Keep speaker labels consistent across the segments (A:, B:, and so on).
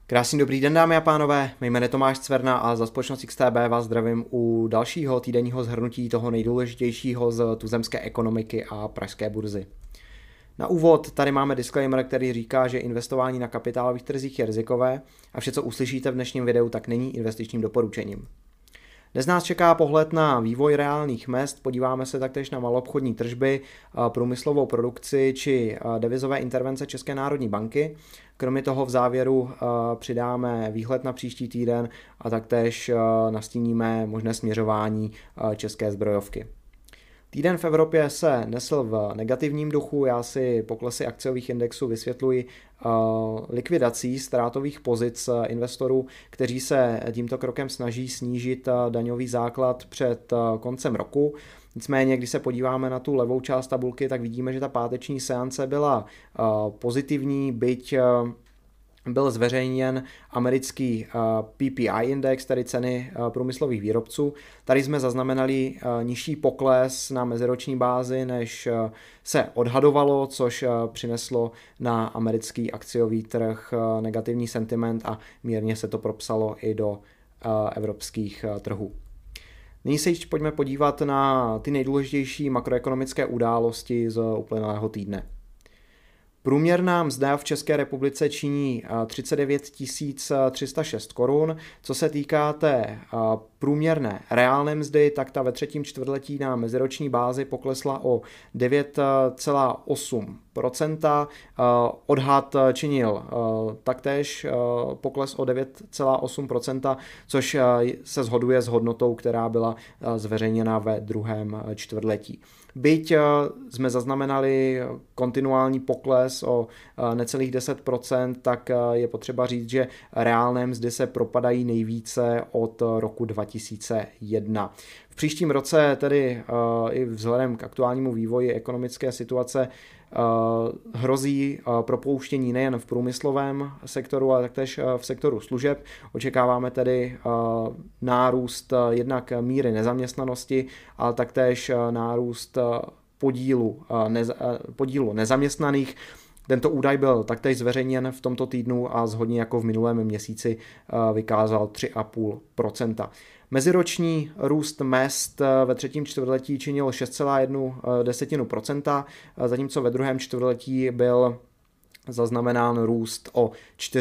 A: Krásný dobrý den, dámy a pánové, mé jméno je Tomáš Cverna a za společnost XTB vás zdravím u dalšího týdenního shrnutí toho nejdůležitějšího z tuzemské ekonomiky a pražské burzy. Na úvod tady máme disclaimer, který říká, že investování na kapitálových trzích je rizikové a vše, co uslyšíte v dnešním videu, tak není investičním doporučením. Dnes nás čeká pohled na vývoj reálných mezd, podíváme se taktéž na maloobchodní tržby, průmyslovou produkci či devizové intervence České národní banky. Kromě toho v závěru přidáme výhled na příští týden a taktéž nastíníme možné směřování české zbrojovky. Týden v Evropě se nesl v negativním duchu, já si poklesy akciových indexů vysvětluji likvidací ztrátových pozic investorů, kteří se tímto krokem snaží snížit daňový základ před koncem roku. Nicméně, když se podíváme na tu levou část tabulky, tak vidíme, že ta páteční seance byla pozitivní, byť byl zveřejněn americký PPI index, tedy ceny průmyslových výrobců. Tady jsme zaznamenali nižší pokles na meziroční bázi, než se odhadovalo, což přineslo na americký akciový trh negativní sentiment a mírně se to propsalo i do evropských trhů. Nyní se již pojďme podívat na ty nejdůležitější makroekonomické události z uplynulého týdne. Průměrná mzda v České republice činí 39 306 korun. Co se týká té průměrné reálné mzdy, tak ta ve třetím čtvrtletí na meziroční bázi poklesla o 9,8%. Odhad činil taktéž pokles o 9,8%, což se shoduje s hodnotou, která byla zveřejněna ve druhém čtvrtletí. Byť jsme zaznamenali kontinuální pokles o necelých 10%, tak je potřeba říct, že reálné mzdy se propadají nejvíce od roku 2001. V příštím roce tedy i vzhledem k aktuálnímu vývoji ekonomické situace hrozí propouštění nejen v průmyslovém sektoru, ale taktéž v sektoru služeb. Očekáváme tedy nárůst jednak míry nezaměstnanosti, ale taktéž nárůst podílu nezaměstnaných. Tento údaj byl taktéž zveřejněn v tomto týdnu a shodně jako v minulém měsíci vykázal 3,5%. Meziroční růst mezd ve třetím čtvrtletí činil 6,1%, zatímco ve druhém čtvrtletí byl zaznamenán růst o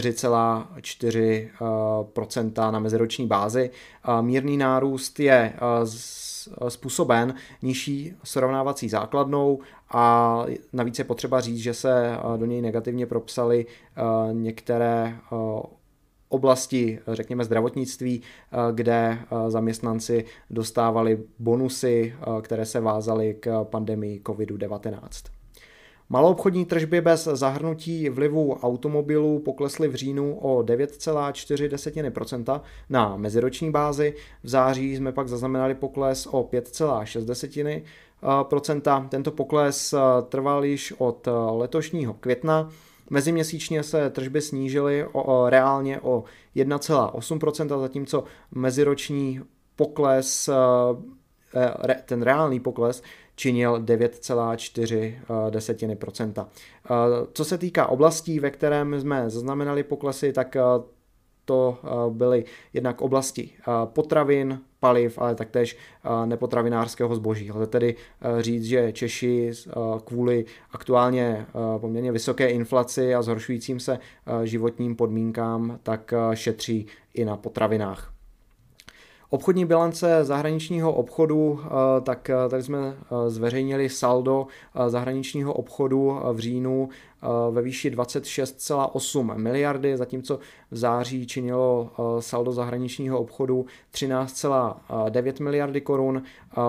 A: 4,4% na meziroční bázi. Mírný nárůst je způsoben nižší srovnávací základnou a navíc je potřeba říct, že se do něj negativně propsaly některé oblasti, řekněme zdravotnictví, kde zaměstnanci dostávali bonusy, které se vázaly k pandemii COVID-19. Maloobchodní tržby bez zahrnutí vlivu automobilů poklesly v říjnu o 9,4% na meziroční bázi. V září jsme pak zaznamenali pokles o 5,6%. Tento pokles trval již od letošního května. Meziměsíčně se tržby snížily reálně o 1,8%, zatímco meziroční pokles, ten reálný pokles, činil 9,4%. Co se týká oblastí, ve kterém jsme zaznamenali poklesy, tak to byly jednak oblasti potravin, paliv, ale taktéž nepotravinářského zboží. Lze tedy říct, že Češi kvůli aktuálně poměrně vysoké inflaci a zhoršujícím se životním podmínkám tak šetří i na potravinách. Obchodní bilance zahraničního obchodu, tak tady jsme zveřejnili saldo zahraničního obchodu v říjnu ve výši 26,8 miliardy, zatímco v září činilo saldo zahraničního obchodu 13,9 miliardy korun.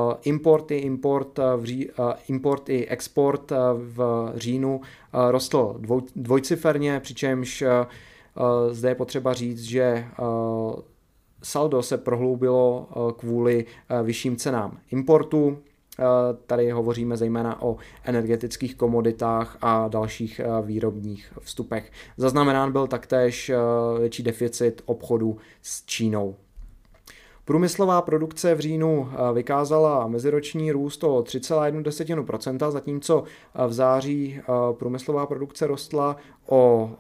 A: Import i export v říjnu rostl dvojciferně, přičemž zde je potřeba říct, že saldo se prohloubilo kvůli vyšším cenám importu. Tady hovoříme zejména o energetických komoditách a dalších výrobních vstupech. Zaznamenán byl taktéž větší deficit obchodu s Čínou. Průmyslová produkce v říjnu vykázala meziroční růst o 3,1%, zatímco v září průmyslová produkce rostla o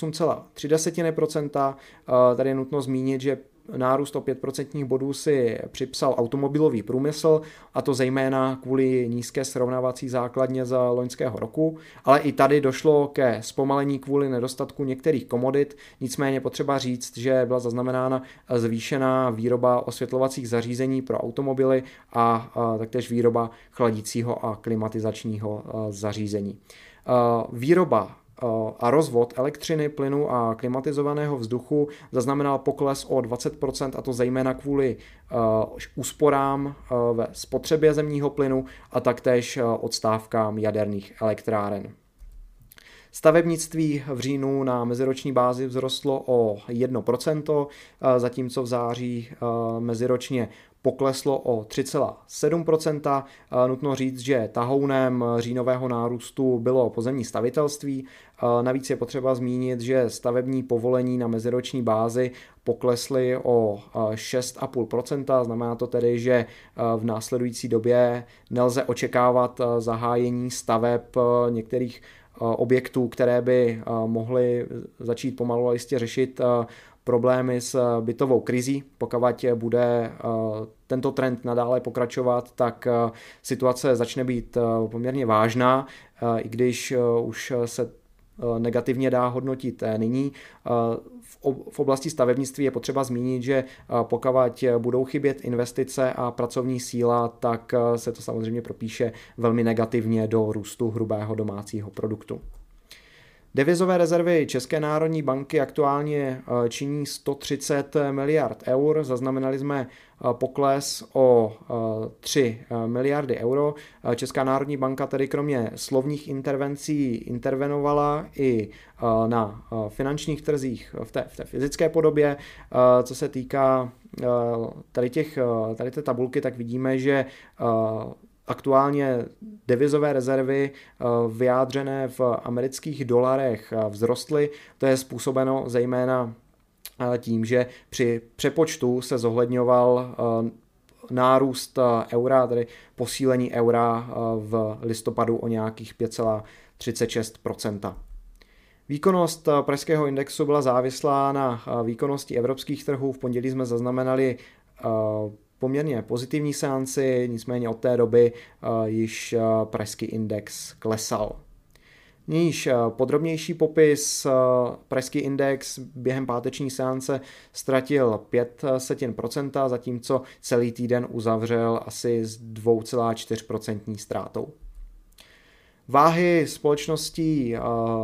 A: 8,3%. Tady je nutno zmínit, že nárůst o 5% bodů si připsal automobilový průmysl, a to zejména kvůli nízké srovnávací základně za loňského roku, ale i tady došlo ke zpomalení kvůli nedostatku některých komodit, nicméně potřeba říct, že byla zaznamenána zvýšená výroba osvětlovacích zařízení pro automobily a taktéž výroba chladicího a klimatizačního zařízení. Výroba a rozvod elektřiny, plynu a klimatizovaného vzduchu zaznamenal pokles o 20%, a to zejména kvůli úsporám ve spotřebě zemního plynu a taktéž odstávkám jaderných elektráren. Stavebnictví v říjnu na meziroční bázi vzrostlo o 1%, zatímco v září meziročně pokleslo o 3,7%. Nutno říct, že tahounem říjnového nárůstu bylo pozemní stavitelství. Navíc je potřeba zmínit, že stavební povolení na meziroční bázi poklesly o 6,5%. Znamená to tedy, že v následující době nelze očekávat zahájení staveb některých objektů, které by mohly začít pomalu a jistě řešit problémy s bytovou krizí. Pokud bude tento trend nadále pokračovat, tak situace začne být poměrně vážná, i když už se negativně dá hodnotit nyní. V oblasti stavebnictví je potřeba zmínit, že pokud budou chybět investice a pracovní síla, tak se to samozřejmě propíše velmi negativně do růstu hrubého domácího produktu. Devizové rezervy České národní banky aktuálně činí 130 miliard eur. Zaznamenali jsme pokles o 3 miliardy euro. Česká národní banka tedy kromě slovních intervencí intervenovala i na finančních trzích v té fyzické podobě. Co se týká tady té tabulky, tak vidíme, že aktuálně devizové rezervy vyjádřené v amerických dolarech vzrostly. To je způsobeno zejména tím, že při přepočtu se zohledňoval nárůst eura, tedy posílení eura v listopadu o nějakých 5,36%. Výkonnost pražského indexu byla závislá na výkonnosti evropských trhů. V pondělí jsme zaznamenali poměrně pozitivní seanci, nicméně od té doby již pražský index klesal. Níž podrobnější popis: pražský index během páteční seance ztratil 0,05%, zatímco celý týden uzavřel asi s 2,4% ztrátou. Váhy společností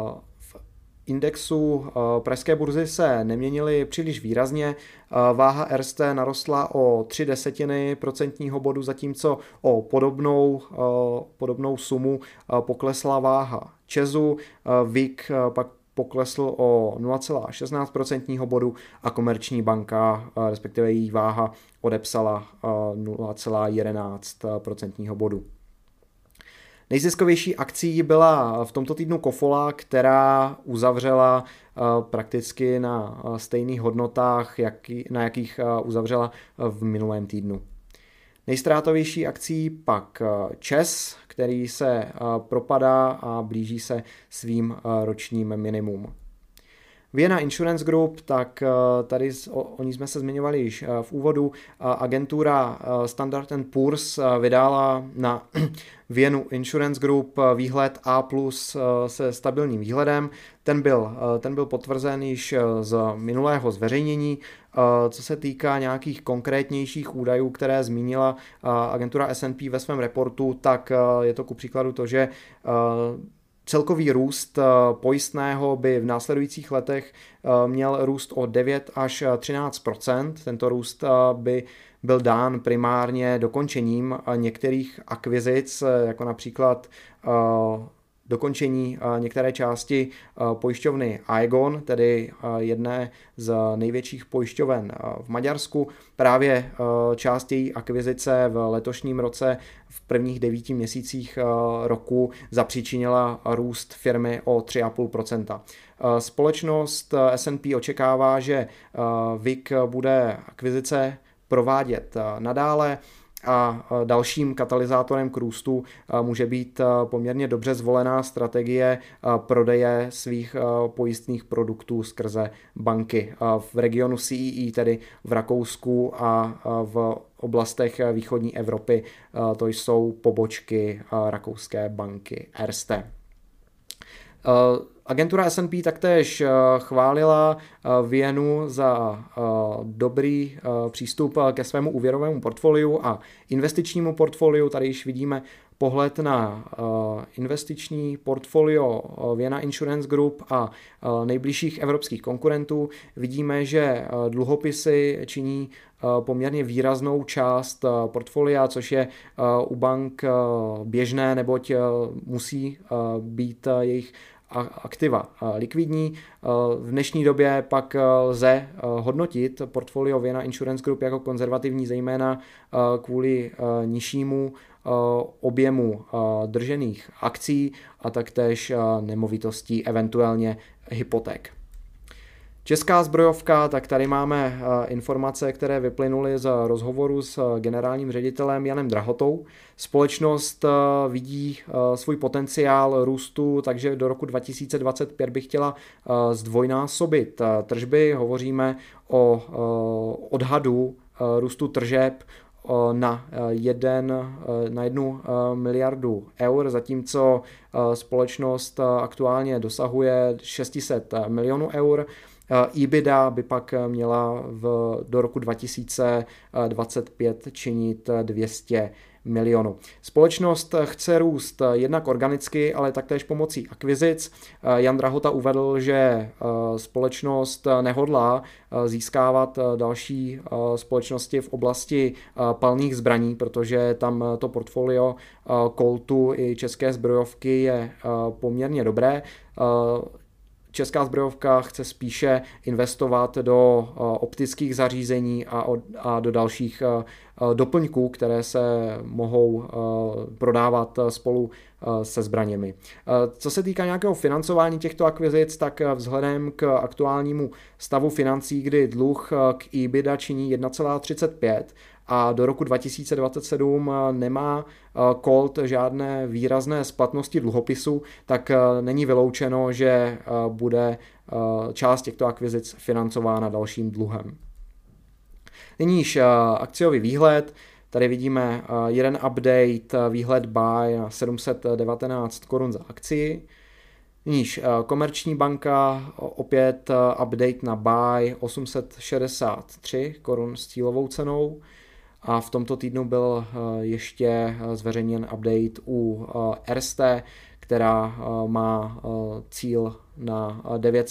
A: indexu pražské burzy se neměnily příliš výrazně. Váha Erste narostla o 0,3% bodu, zatímco o podobnou sumu poklesla váha ČEZu. VIK pak poklesl o 0,16% bodu a Komerční banka, respektive její váha, odepsala 0,11% bodu. Nejziskovější akcí byla v tomto týdnu Kofola, která uzavřela prakticky na stejných hodnotách, na jakých uzavřela v minulém týdnu. Nejztrátovější akcí pak ČEZ, který se propadá a blíží se svým ročním minimum. Vienna Insurance Group, tak tady o ní jsme se zmiňovali již v úvodu. Agentura Standard & Poor's vydala na Viennu Insurance Group výhled A+ se stabilním výhledem. Ten byl potvrzen již z minulého zveřejnění. Co se týká nějakých konkrétnějších údajů, které zmínila agentura S&P ve svém reportu, tak je to ku příkladu to, že celkový růst pojistného by v následujících letech měl růst o 9 až 13%. Tento růst by byl dán primárně dokončením některých akvizic, jako například dokončení některé části pojišťovny Aegon, tedy jedné z největších pojišťoven v Maďarsku. Právě část její akvizice v letošním roce v prvních 9 měsících roku zapříčinila růst firmy o 3,5%. Společnost S&P očekává, že VIK bude akvizice provádět nadále. A dalším katalyzátorem k růstu může být poměrně dobře zvolená strategie prodeje svých pojistných produktů skrze banky. V regionu CEE, tedy v Rakousku a v oblastech východní Evropy, to jsou pobočky rakouské banky Erste. Agentura S&P taktéž chválila Viennu za dobrý přístup ke svému úvěrovému portfoliu a investičnímu portfoliu. Tady již vidíme pohled na investiční portfolio Vienna Insurance Group a nejbližších evropských konkurentů. Vidíme, že dluhopisy činí poměrně výraznou část portfolia, což je u bank běžné, neboť musí být jejich aktiva likvidní. V dnešní době pak lze hodnotit portfolio Vienna Insurance Group jako konzervativní, zejména kvůli nižšímu objemu držených akcí a taktéž nemovitostí, eventuálně hypoték. Česká zbrojovka, tak tady máme informace, které vyplynuly z rozhovoru s generálním ředitelem Janem Drahotou. Společnost vidí svůj potenciál růstu, takže do roku 2025 by chtěla zdvojnásobit tržby. Hovoříme o odhadu růstu tržeb na 1 miliardu eur, zatímco společnost aktuálně dosahuje 600 milionů eur. EBITDA by pak měla do roku 2025 činit 200 milionů. Společnost chce růst jednak organicky, ale taktéž pomocí akvizic. Jan Drahota uvedl, že společnost nehodlá získávat další společnosti v oblasti palných zbraní, protože tam to portfolio Coltu i české zbrojovky je poměrně dobré. Česká zbrojovka chce spíše investovat do optických zařízení a do dalších doplňků, které se mohou prodávat spolu se zbraněmi. Co se týká nějakého financování těchto akvizic, tak vzhledem k aktuálnímu stavu financí, kdy dluh k EBITDA činí 1,35 a do roku 2027 nemá Colt žádné výrazné splatnosti dluhopisu, tak není vyloučeno, že bude část těchto akvizic financována dalším dluhem. Nyníž akciový výhled. Tady vidíme jeden update, výhled buy na 719 korun za akcii. Níž Komerční banka, opět update na buy 863 korun s cílovou cenou. A v tomto týdnu byl ještě zveřejněn update u Erste, která má cíl na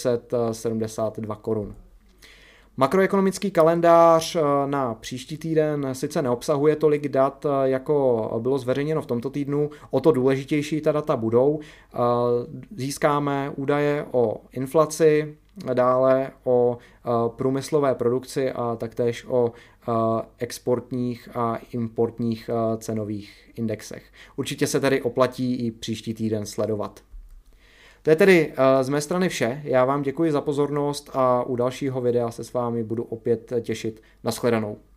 A: 972 korun. Makroekonomický kalendář na příští týden sice neobsahuje tolik dat, jako bylo zveřejněno v tomto týdnu, o to důležitější ta data budou. Získáme údaje o inflaci, dále o průmyslové produkci a taktéž o exportních a importních cenových indexech. Určitě se tedy oplatí i příští týden sledovat. To je tedy z mé strany vše. Já vám děkuji za pozornost a u dalšího videa se s vámi budu opět těšit. Nashledanou.